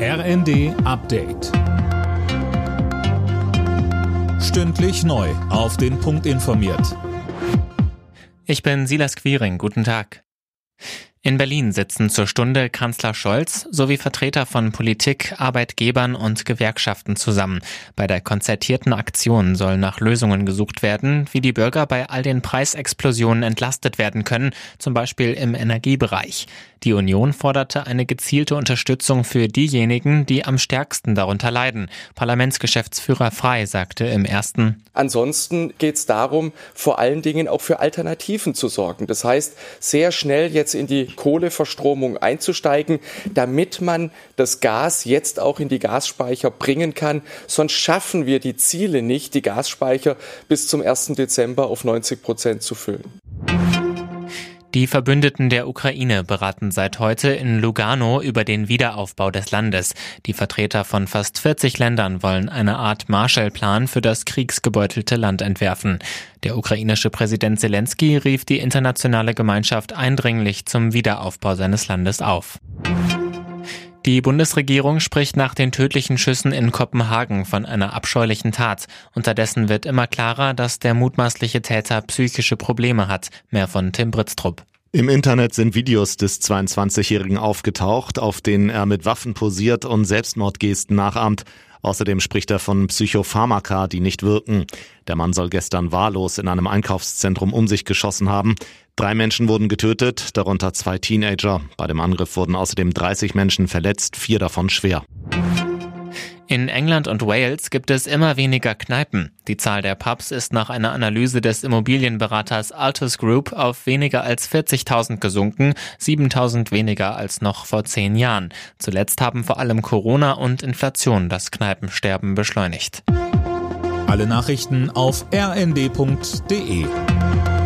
RND Update. Stündlich neu auf den Punkt informiert. Ich bin Silas Quiring, guten Tag. In Berlin sitzen zur Stunde Kanzler Scholz sowie Vertreter von Politik, Arbeitgebern und Gewerkschaften zusammen. Bei der konzertierten Aktion soll nach Lösungen gesucht werden, wie die Bürger bei all den Preisexplosionen entlastet werden können, zum Beispiel im Energiebereich. Die Union forderte eine gezielte Unterstützung für diejenigen, die am stärksten darunter leiden. Parlamentsgeschäftsführer Frey sagte im Ersten: Ansonsten geht es darum, vor allen Dingen auch für Alternativen zu sorgen. Das heißt, sehr schnell jetzt in die Kohleverstromung einzusteigen, damit man das Gas jetzt auch in die Gasspeicher bringen kann. Sonst schaffen wir die Ziele nicht, die Gasspeicher bis zum 1. Dezember auf 90% zu füllen. Die Verbündeten der Ukraine beraten seit heute in Lugano über den Wiederaufbau des Landes. Die Vertreter von fast 40 Ländern wollen eine Art Marshallplan für das kriegsgebeutelte Land entwerfen. Der ukrainische Präsident Zelensky rief die internationale Gemeinschaft eindringlich zum Wiederaufbau seines Landes auf. Die Bundesregierung spricht nach den tödlichen Schüssen in Kopenhagen von einer abscheulichen Tat. Unterdessen wird immer klarer, dass der mutmaßliche Täter psychische Probleme hat. Mehr von Tim Britztrup. Im Internet sind Videos des 22-Jährigen aufgetaucht, auf denen er mit Waffen posiert und Selbstmordgesten nachahmt. Außerdem spricht er von Psychopharmaka, die nicht wirken. Der Mann soll gestern wahllos in einem Einkaufszentrum um sich geschossen haben. 3 Menschen wurden getötet, darunter 2 Teenager. Bei dem Angriff wurden außerdem 30 Menschen verletzt, 4 davon schwer. In England und Wales gibt es immer weniger Kneipen. Die Zahl der Pubs ist nach einer Analyse des Immobilienberaters Altus Group auf weniger als 40.000 gesunken, 7.000 weniger als noch vor 10 Jahren. Zuletzt haben vor allem Corona und Inflation das Kneipensterben beschleunigt. Alle Nachrichten auf rnd.de.